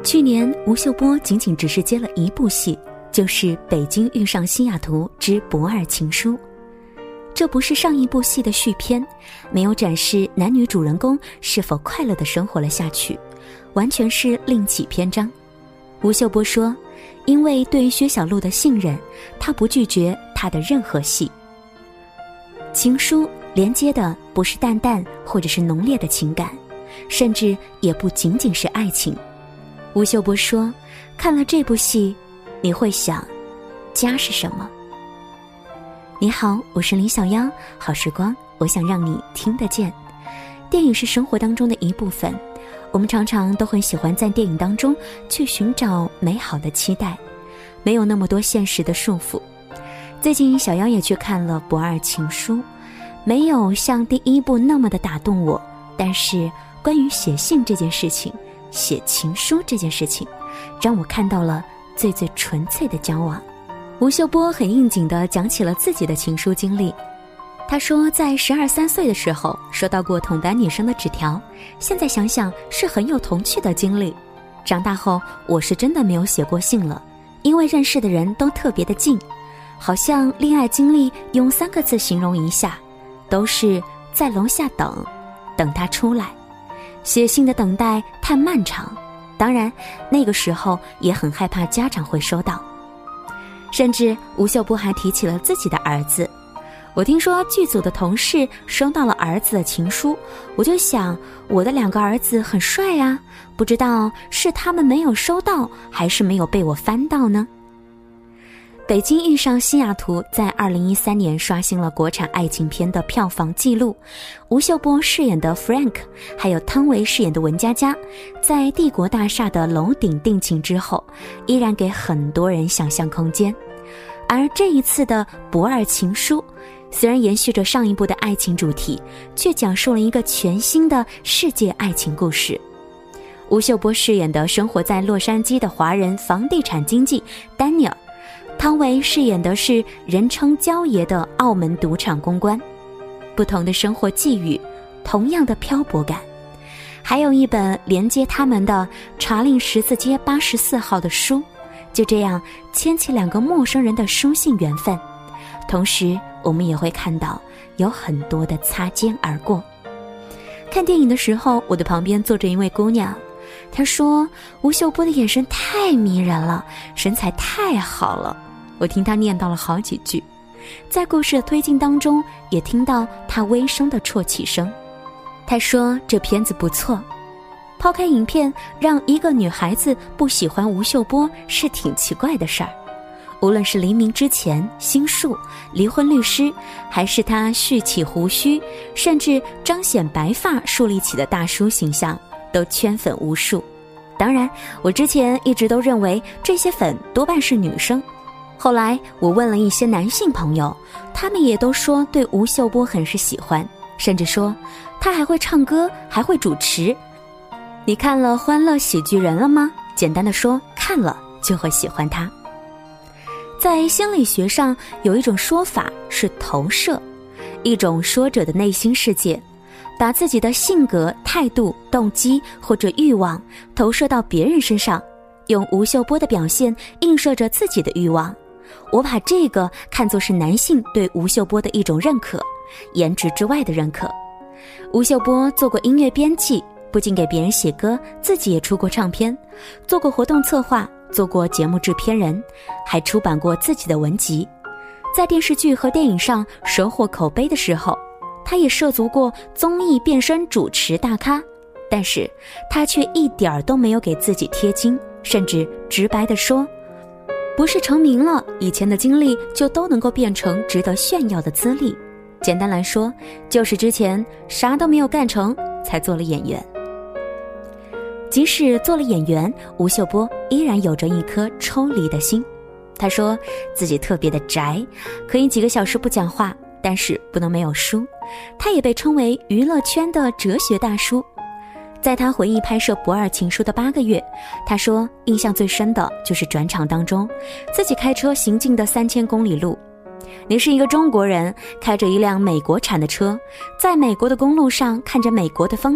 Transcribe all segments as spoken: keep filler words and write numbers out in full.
去年吴秀波仅仅只是接了一部戏，就是《北京遇上西雅图之不二情书》。这不是上一部戏的续篇，没有展示男女主人公是否快乐地生活了下去，完全是另起篇章。吴秀波说，因为对于薛晓璐的信任，他不拒绝她的任何戏。情书连接的不是淡淡或者是浓烈的情感，甚至也不仅仅是爱情。吴秀波说，看了这部戏，你会想，家是什么？你好，我是林小妖，好时光，我想让你听得见。电影是生活当中的一部分，我们常常都很喜欢在电影当中去寻找美好的期待，没有那么多现实的束缚。最近小妖也去看了《不二情书》，没有像第一部那么的打动我，但是关于写信这件事情，写情书这件事情，让我看到了最最纯粹的交往。吴秀波很应景地讲起了自己的情书经历。他说，在十二三岁的时候收到过同班女生的纸条，现在想想是很有童趣的经历。长大后我是真的没有写过信了，因为认识的人都特别的近，好像恋爱经历用三个字形容一下，都是在楼下等，等他出来。写信的等待太漫长，当然那个时候也很害怕家长会收到。甚至吴秀波还提起了自己的儿子，我听说剧组的同事收到了儿子的情书，我就想，我的两个儿子很帅啊，不知道是他们没有收到，还是没有被我翻到呢？北京遇上西雅图在二零一三年刷新了国产爱情片的票房纪录。吴秀波饰演的 Frank 还有汤唯饰演的文佳佳，在帝国大厦的楼顶定情之后，依然给很多人想象空间。而这一次的不二情书，虽然延续着上一部的爱情主题，却讲述了一个全新的世界爱情故事。吴秀波饰演的生活在洛杉矶的华人房地产经纪丹尼尔，汤唯饰演的是人称娇爷的澳门赌场公关。不同的生活际遇，同样的漂泊感，还有一本连接他们的查令十字街八十四号的书，就这样牵起两个陌生人的书信缘分。同时我们也会看到有很多的擦肩而过。看电影的时候，我的旁边坐着一位姑娘，她说吴秀波的眼神太迷人了，身材太好了。我听她念叨了好几句，在故事的推进当中也听到她微声的啜泣声。她说这片子不错。抛开影片，让一个女孩子不喜欢吴秀波是挺奇怪的事儿。无论是黎明之前、心术、离婚律师，还是他蓄起胡须，甚至彰显白发树立起的大叔形象，都圈粉无数。当然，我之前一直都认为这些粉多半是女生。后来我问了一些男性朋友，他们也都说对吴秀波很是喜欢，甚至说他还会唱歌，还会主持。你看了《欢乐喜剧人》了吗？简单的说，看了就会喜欢他。在心理学上有一种说法是投射，一种说者的内心世界，把自己的性格、态度、动机或者欲望投射到别人身上，用吴秀波的表现映射着自己的欲望。我把这个看作是男性对吴秀波的一种认可，颜值之外的认可。吴秀波做过音乐编辑，不仅给别人写歌，自己也出过唱片，做过活动策划，做过节目制片人，还出版过自己的文集。在电视剧和电影上收获口碑的时候，他也涉足过综艺变身主持大咖，但是他却一点儿都没有给自己贴金，甚至直白地说，不是成名了，以前的经历就都能够变成值得炫耀的资历。简单来说，就是之前啥都没有干成，才做了演员。即使做了演员，吴秀波依然有着一颗抽离的心。他说自己特别的宅，可以几个小时不讲话，但是不能没有书。他也被称为娱乐圈的哲学大叔。在他回忆拍摄《不二情书》的八个月，他说印象最深的就是转场当中自己开车行进的三千公里路。你是一个中国人，开着一辆美国产的车，在美国的公路上看着美国的风景，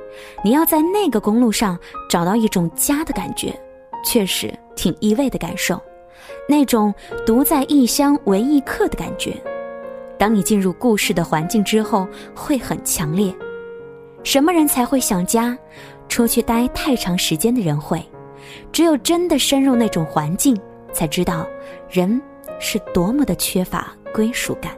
你要在那个公路上找到一种家的感觉，确实挺意味的感受，那种独在异乡为异客的感觉，当你进入故事的环境之后会很强烈。什么人才会想家？出去待太长时间的人会，只有真的深入那种环境，才知道人是多么的缺乏归属感。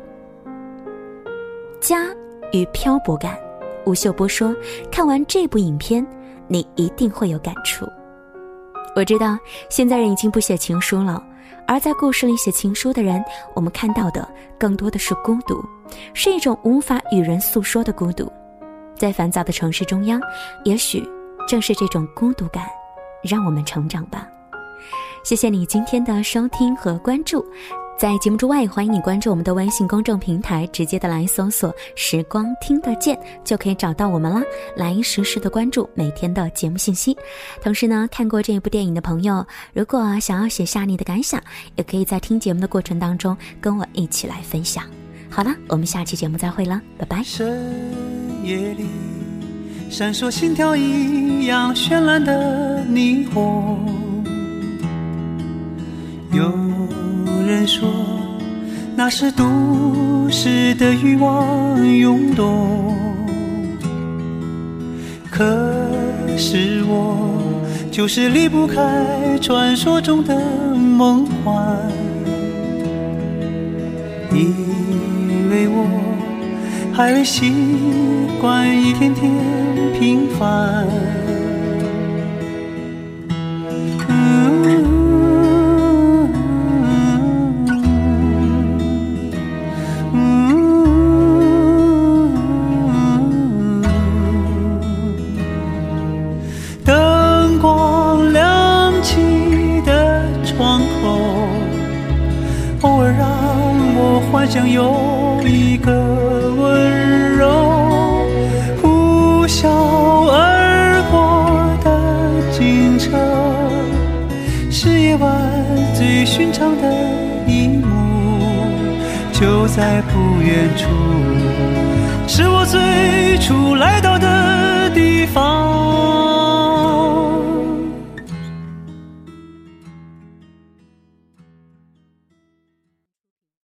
家与漂泊感，吴秀波说，看完这部影片你一定会有感触。我知道现在人已经不写情书了，而在故事里写情书的人，我们看到的更多的是孤独，是一种无法与人诉说的孤独。在烦躁的城市中央，也许正是这种孤独感让我们成长吧。谢谢你今天的收听和关注，在节目之外，欢迎你关注我们的微信公众平台，直接的来搜索时光听得见就可以找到我们啦，来实时的关注每天的节目信息。同时呢，看过这一部电影的朋友，如果想要写下你的感想，也可以在听节目的过程当中跟我一起来分享。好了，我们下期节目再会了，拜拜。 深夜里闪烁心跳一样绚烂的霓虹，有人说那是都市的欲望涌动，可是我就是离不开传说中的梦幻，因为我还未习惯一天天平凡。嗯幻想有一个温柔呼啸而过的警车，是夜晚最寻常的一幕，就在不远处，是我最初来到的地方。